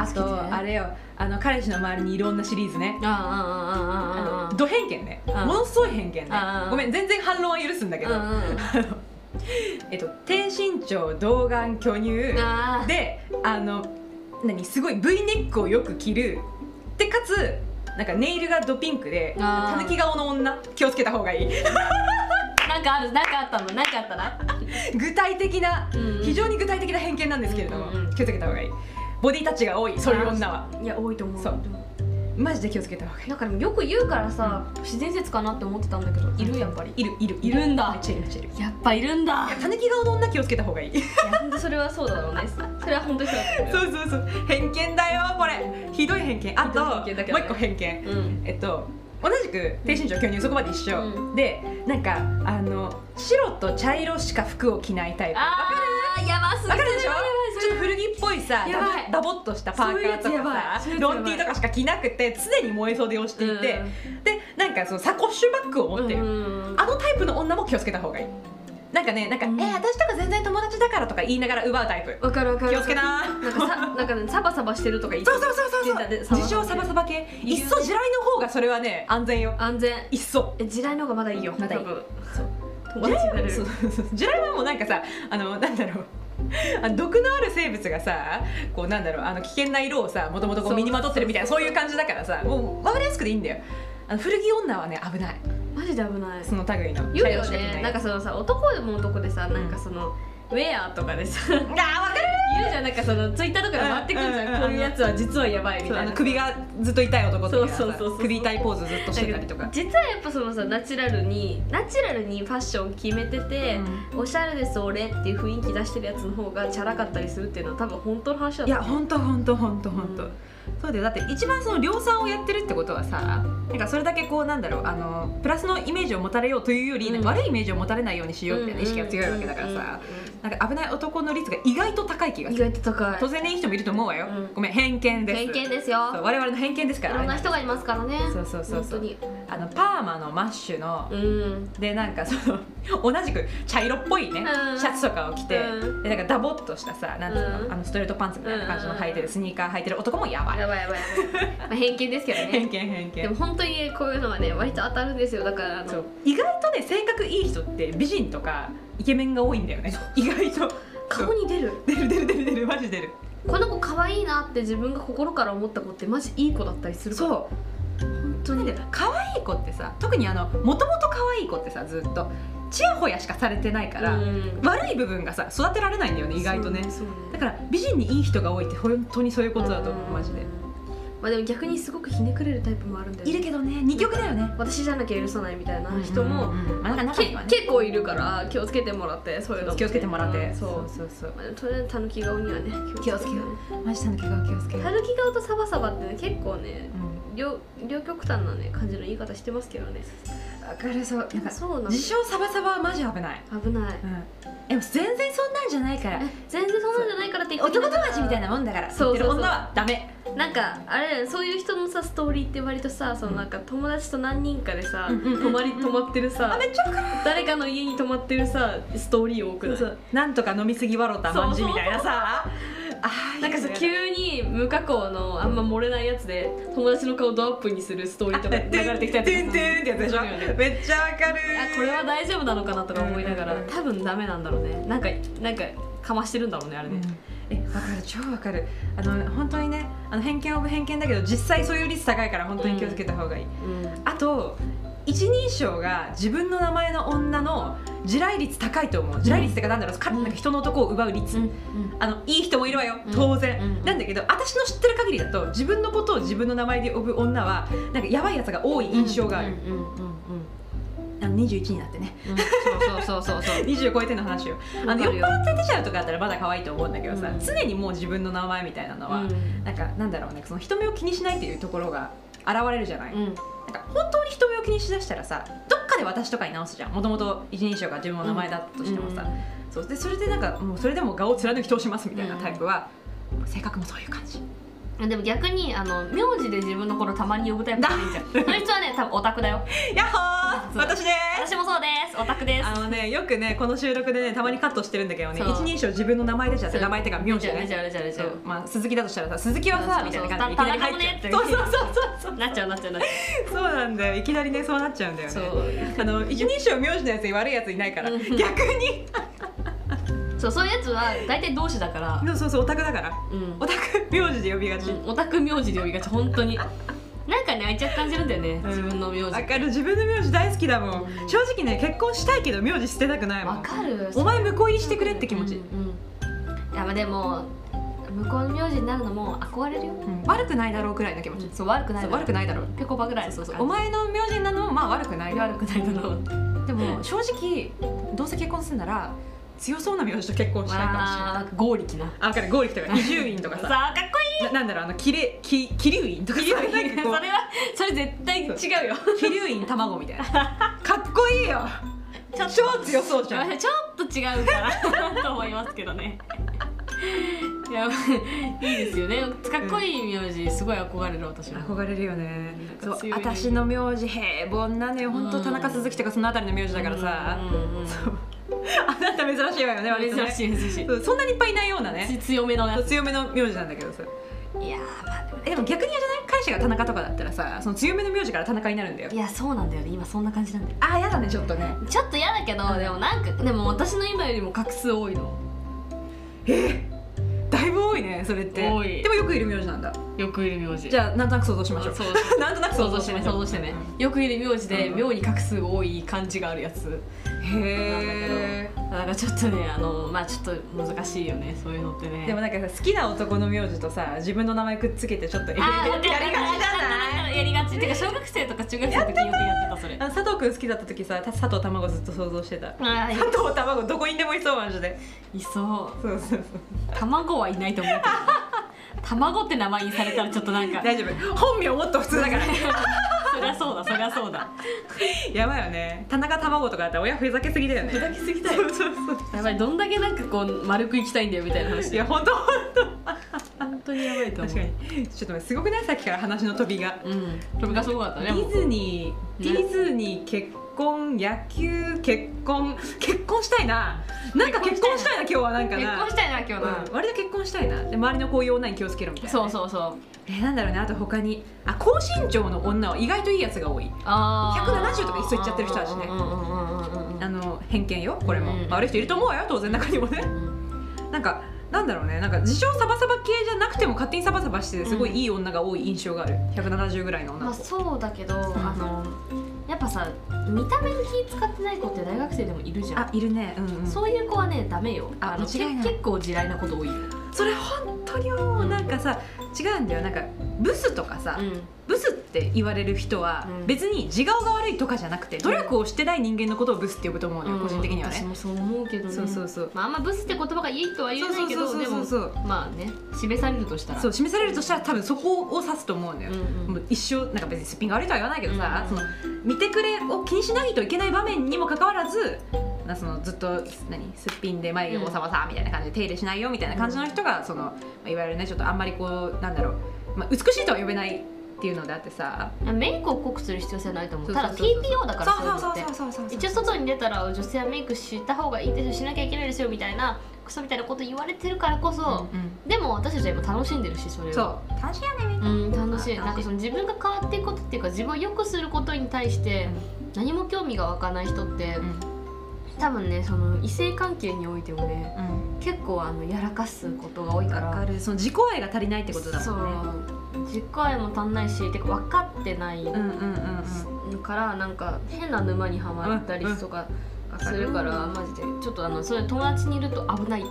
あとあれよ、彼氏の周りにいろんなシリーズね。ド偏見ね、ものすごい偏見ね。ごめん、全然反論は許すんだけど、低身長童顔巨乳で、すごい V ネックをよく着るで、かつなんかネイルがドピンクでたぬき顔の女、気をつけた方がいい。 なんかあったの、なんかあったな。 具体的な、非常に具体的な偏見なんですけれども、気をつけた方がいい。ボディタッチが多い、そういう女は。 いや、多いと思う。そうマジで気をつけた方がいい。 なんかでもよく言うからさ、不自然説かなって思ってたんだけど、いる、やっぱりいるんだ。 めっちゃいる、めっちゃいる。 やっぱいるんだ。 たぬき顔の女気をつけた方がいい。いや、 ほんとそれはそうだろうね。それは本当にそうだと思う。 そう偏見だよこれ、ひどい偏見。あともう一個偏見、同じく低身長巨乳、そこまで一緒で、なんか白と茶色しか服を着ないタイプ。わかる？ やばすぎる。 わかるでしょ？ちょっと古着っぽいさ、ダボっとしたパーカーとかさ、ロンティーとかしか着なくて、常に燃え袖をしていて、でなんかそのサコッシュバッグを持ってる、あのタイプの女も気をつけた方がいい。なんかね、私とか全然友達だからとか言いながら奪うタイプ。 わかる。 気をつけな。 なんかね、サバサバしてるとか言って。 そう自称サバサバ系。いっそ地雷の方がそれはね、安全よ。 安全。 いっそ地雷の方がまだいいよ。 まだいい。 友達になれる。 地雷はもうなんかさ、なんだろう。毒のある生物がさ、こうなんだろう、危険な色をさ、もともと身にまとってるみたいな、そういう感じだからさ、もう分かりやすくていいんだよ。古着女はね、危ない。 マジで危ない。 その類の言うよね。なんかそのさ、男でも男でさ、なんかそのウェアとかでさ、 分かる。 いるじゃん、なんかそのツイッターとかで回ってくるじゃん、こういうやつは実はやばいみたいな。 首がずっと痛い男とかさ、首痛いポーズずっとしてたりとか。 実はやっぱそのさ、ナチュラルにファッション決めてて、おしゃれです俺っていう雰囲気出してるやつの方がチャラかったりするっていうのは多分本当の話だと思う。 いや、本当そうだよ。だって一番その量産をやってるってことはさ、なんかそれだけこうなんだろう、プラスのイメージを持たれようというより、悪いイメージを持たれないようにしようっていう意識が強いわけだからさ、なんか危ない男の率が意外と高い気がする。 意外と高い。 当然ね、いい人もいると思うわよ。ごめん、偏見です。 偏見ですよ。 我々の偏見ですから。 いろんな人がいますからね。 そう本当にパーマのマッシュので、なんかその同じく茶色っぽいねシャツとかを着て、でなんかダボっとしたさ、なんつうの、ストレートパンツみたいな感じの履いてるスニーカー履いてる男もやばい。 やばい。偏見ですけどね。 偏見。 でも本当にこういうのはね、割と当たるんですよ。だから意外とね、性格いい人って美人とかイケメンが多いんだよね。意外と顔に出るマジ出る。 この子可愛いなって自分が心から思った子ってマジいい子だったりするから。そう本当に。 可愛い子ってさ、特にもともと可愛い子ってさ、ずっとちやほやしかされてないから、悪い部分がさ育てられないんだよね、意外とね。だから美人にいい人が多いって本当にそういうことだと思う、マジで。 まあでも逆にすごくひねくれるタイプもあるんだよね。 いるけどね、二極だよね。 私じゃなきゃ許さないみたいな人も結構いるから、気をつけてもらって。そういうの気をつけてもらって。 そうとりあえずたぬき顔にはね、 気をつけよう。マジたぬき顔気をつけよう。 たぬき顔とサバサバってね、結構ね、両極端なね感じの言い方してますけどね。 わかる。そうなんか自称サバサバはマジ危ない。 危ない。 でも全然そんなんじゃないから。 全然そんなんじゃないからって言って男友達みたいなもんだから。 そう女はダメ。 なんかあれ、そういう人のさストーリーって割とさ、そのなんか友達と何人かでさ泊まってるさ、 めっちゃわかる。 誰かの家に泊まってるさストーリー多くない？ なんとか飲みすぎ笑ったまんじみたいなさ。 なんかさ、急に無加工のあんま漏れないやつで友達の顔ドアップにするストーリーとか流れてきたやつってやつでしょ。めっちゃわかる。 これは大丈夫なのかなとか思いながら、多分ダメなんだろうね。なんかかましてるんだろうね、あれね。 わかる、超わかる。本当にね、偏見オブ偏見だけど、実際そういう率高いから本当に気をつけた方がいい。あと一人称が自分の名前の女の地雷率高いと思う。地雷率ってか、なんだろう、なんか人の男を奪う率。いい人もいるわよ、当然。なんだけど、私の知ってる限りだと、自分のことを自分の名前で呼ぶ女はなんかやばいやつが多い印象がある。21になってね。 そう 20超えての話よ。酔っ払って出ちゃうとかだったらまだ可愛いと思うんだけどさ、常にもう自分の名前みたいなのはなんだろうね、その人目を気にしないっていうところが現れるじゃない。なんか本当に人目を気にしだしたらさ、どっかで私とかに直すじゃん。もともと一人称が自分の名前だとしてもさ、それでなんかもうそれでも顔を貫き通しますみたいなタイプは性格もそういう感じ。 でも逆に名字で自分の頃たまに呼ぶタイプじゃないんじゃん。そいつはね多分オタクだよ。 やっほー、私です。 私もそうです。オタクです。 よくねこの収録でねたまにカットしてるんだけどね、一人称自分の名前出ちゃって、名前ってか名字ね。まあ鈴木だとしたらさ、鈴木はさみたいな感じでいきなり入っちゃう。そうなっちゃう。そうなんだよ、いきなりねそうなっちゃうんだよね。一人称名字のやつに悪いやついないから、逆に。 そういうやつは大体同志だから。 そうオタクだから、オタク名字で呼びがち。 オタク名字で呼びがち、本当に。なんかね愛着感じるんだよね、自分の名字。 わかる、自分の名字大好きだもん。正直ね結婚したいけど名字捨てたくないもん。 わかる。 お前婿入りしてくれって気持ち。 いやでも向こうの名字になるのも憧れるよ。 悪くないだろうくらいの気持ち。 そう悪くないだろう。ペコパぐらい。 お前の名字になるのもまあ悪くないだろう。でも正直どうせ結婚するなら強そうな名字と結婚したいかもしれない。 剛力な。 あ、剛力とか伊集院とかさ。 さあかっこいい。 なんだろう桐生院とか。 それ絶対違うよ。 桐生院卵みたいな。かっこいいよ。超強そうじゃん。 ちょっと違うからと思いますけどね。いやいいですよね。かっこいい名字すごい憧れる。私は憧れるよね。そう私の名字平凡なのよ。本当田中鈴木とかそのあたりの名字だからさ。あなた珍しいわよね。割とね珍しい。 そんなにいっぱいいないようなね。 強めのやつ。 強めの名字なんだけどさ。いやでも逆にじゃない。会社が田中とかだったらさ、その強めの名字から田中になるんだよ。 いやそうなんだよね。今そんな感じなんだよ。 あ、やだねちょっとね。 ちょっとやだけど、でもなんかでも私の今よりも画数多いの。 だいぶ多いねそれって。 多い。 でもよくいる名字なんだ。 よくいる名字。 じゃあなんとなく想像しましょう。なんとなく想像してね。よくいる名字で妙に画数多い感じがあるやつ。 へえ。 だからちょっとねまあちょっと難しいよねそういうのってね。 でもなんかさ好きな男の名字とさ自分の名前くっつけてちょっとやりがちじゃない？ やりがち。てか小学生とか中学生の時によくやってたそれ。 佐藤くん好きだった時さ佐藤卵ずっと想像してた。佐藤卵どこにでもいそうマジで。 いそう。 そう。 卵はいないと思うけど。卵って名前にされたらちょっとなんか大丈夫。本名もっと普通だから。 そりゃそうだ。 やばいよね。田中卵とかだったら親ふざけすぎだよね。 ふざけすぎだよ。やばい、どんだけなんかこう丸くいきたいんだよみたいな話。 いや本当にやばいと思う。 確かに。 ちょっとすごくない？さっきから話の飛びが。 飛びがすごかったね。 ディズニー結婚、野球結婚したいな。なんか結婚したいな今日はなんかな。 結婚したいな今日な。 割と結婚したいな。で周りのこういう女に気をつけろみたいな。 そう。 なんだろうね。あと他に高身長の女は意外といいやつが多い。170とかいっそいっちゃってる人たちね。偏見よこれも。悪い人いると思うよ当然中にもね。なんだろうね。なんか自称サバサバ系じゃなくても勝手にサバサバしてすごいいい女が多い印象がある。170ぐらいの女の子。 そうだけどやっぱさ見た目に気使ってない子って大学生でもいるじゃん。 いるね。 そういう子はねダメよ。結構地雷なこと多いよ。 それ本当になんかさ違うんだよ。なんかブスとかさ、ブスって言われる人は別に自我が悪いとかじゃなくて努力をしてない人間のことをブスって呼ぶと思うのよ、個人的にはね。 私もそう思うけどね。 そう。 あんまブスって言葉がいいとは言えないけど、でもまあね示されるとしたら多分そこを指すと思うのよ。一生なんか別にすっぴんが悪いとは言わないけどさ、その見てくれを気にしないといけない場面にもかかわらずずっとすっぴんで眉毛ボサボサみたいな感じで手入れしないよみたいな感じの人がいわゆるねちょっとあんまりこうなんだろう、美しいとは呼べないっていうのであってさ、 メイクを濃くする必要性はないと思う。ただ TPO だからそう一応外に出たら女性はメイクした方がいいですよ、しなきゃいけないですよみたいなクソみたいなこと言われてるからこそ、でも私たちは今楽しんでるし、それをそう楽しいよね。 楽しい。なんか自分が変わっていくことっていうか自分を良くすることに対して何も興味が湧かない人って、多分ね異性関係においてもね、結構やらかすことが多いから。 その自己愛が足りないってことだもんね。 自己愛も足んないし、てか分かってないからなんか変な沼にはまったりとかするから、マジでちょっとそれ友達にいると危ない。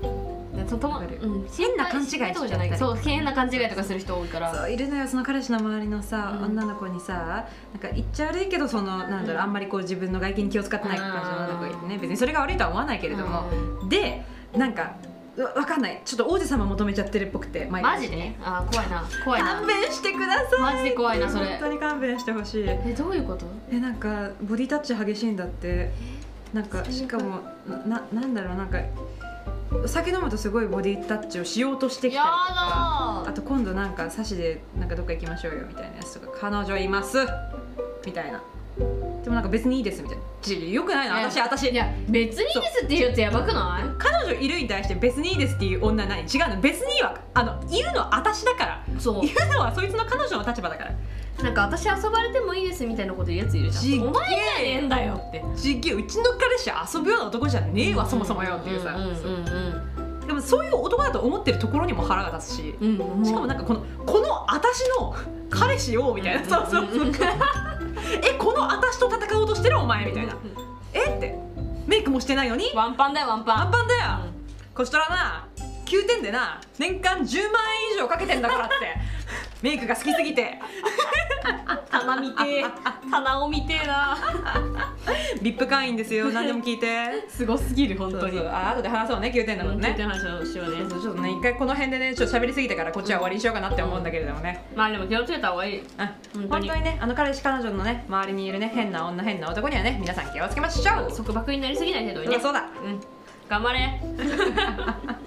変な勘違いしちゃったり、 そう変な勘違いとかする人多いから。 そういるのよ。その彼氏の周りのさ、女の子にさ、なんか言っちゃ悪いけどなんだろう、あんまりこう自分の外見に気を使ってない感じの女の子がいてね、別にそれが悪いとは思わないけれども、でなんかわかんない、ちょっと王子様求めちゃってるっぽくて。 マジで？怖いな。 勘弁してください。 マジで怖いなそれ。 本当に勘弁してほしい。 どういうこと？ なんかボディタッチ激しいんだって。なんかしかもなんだろう、なんか酒飲むとすごいボディタッチをしようとしてきたりとか、あと今度なんかサシでなんかどっか行きましょうよみたいなやつとか、彼女いますみたいな、でもなんか別にいいですみたいな、よくないの私。 いや別にいいですっていうやつやばくない？ 彼女いるに対して別にいいですっていう女は何？違うの、別にいいわ、言うのは私だから、 そう言うのはそいつの彼女の立場だから。 なんか私遊ばれてもいいですみたいなこと言うやついるじゃん。お前じゃねえんだよって。 ちげえ、うちの彼氏は遊ぶような男じゃねえわ、そもそもよっていうさ。でもそういう男だと思ってるところにも腹が立つし、しかもなんかこの私の彼氏をみたいな、そうこの私と戦おうとしてるお前みたいな、ってメイクもしてないのにワンパンだよ、ワンパンだよ、 こちとらな9点でな年間10万円以上かけてんだからってメイクが好きすぎて棚見てえ、棚を見てえなビップ会員ですよ、何でも聞いてすごすぎる、本当に。 後で話そうね、9点のことね。 9点の話をしようね。 ちょっとね、一回この辺でね、ちょっと喋りすぎたからこっちは終わりにしようかなって思うんだけれどもね。 まあでも気をつけた方がいい。 本当にね、彼氏彼女のね周りにいるね変な女変な男にはね、皆さん気をつけましょう。 束縛になりすぎない程度にね。 そうだ、 頑張れ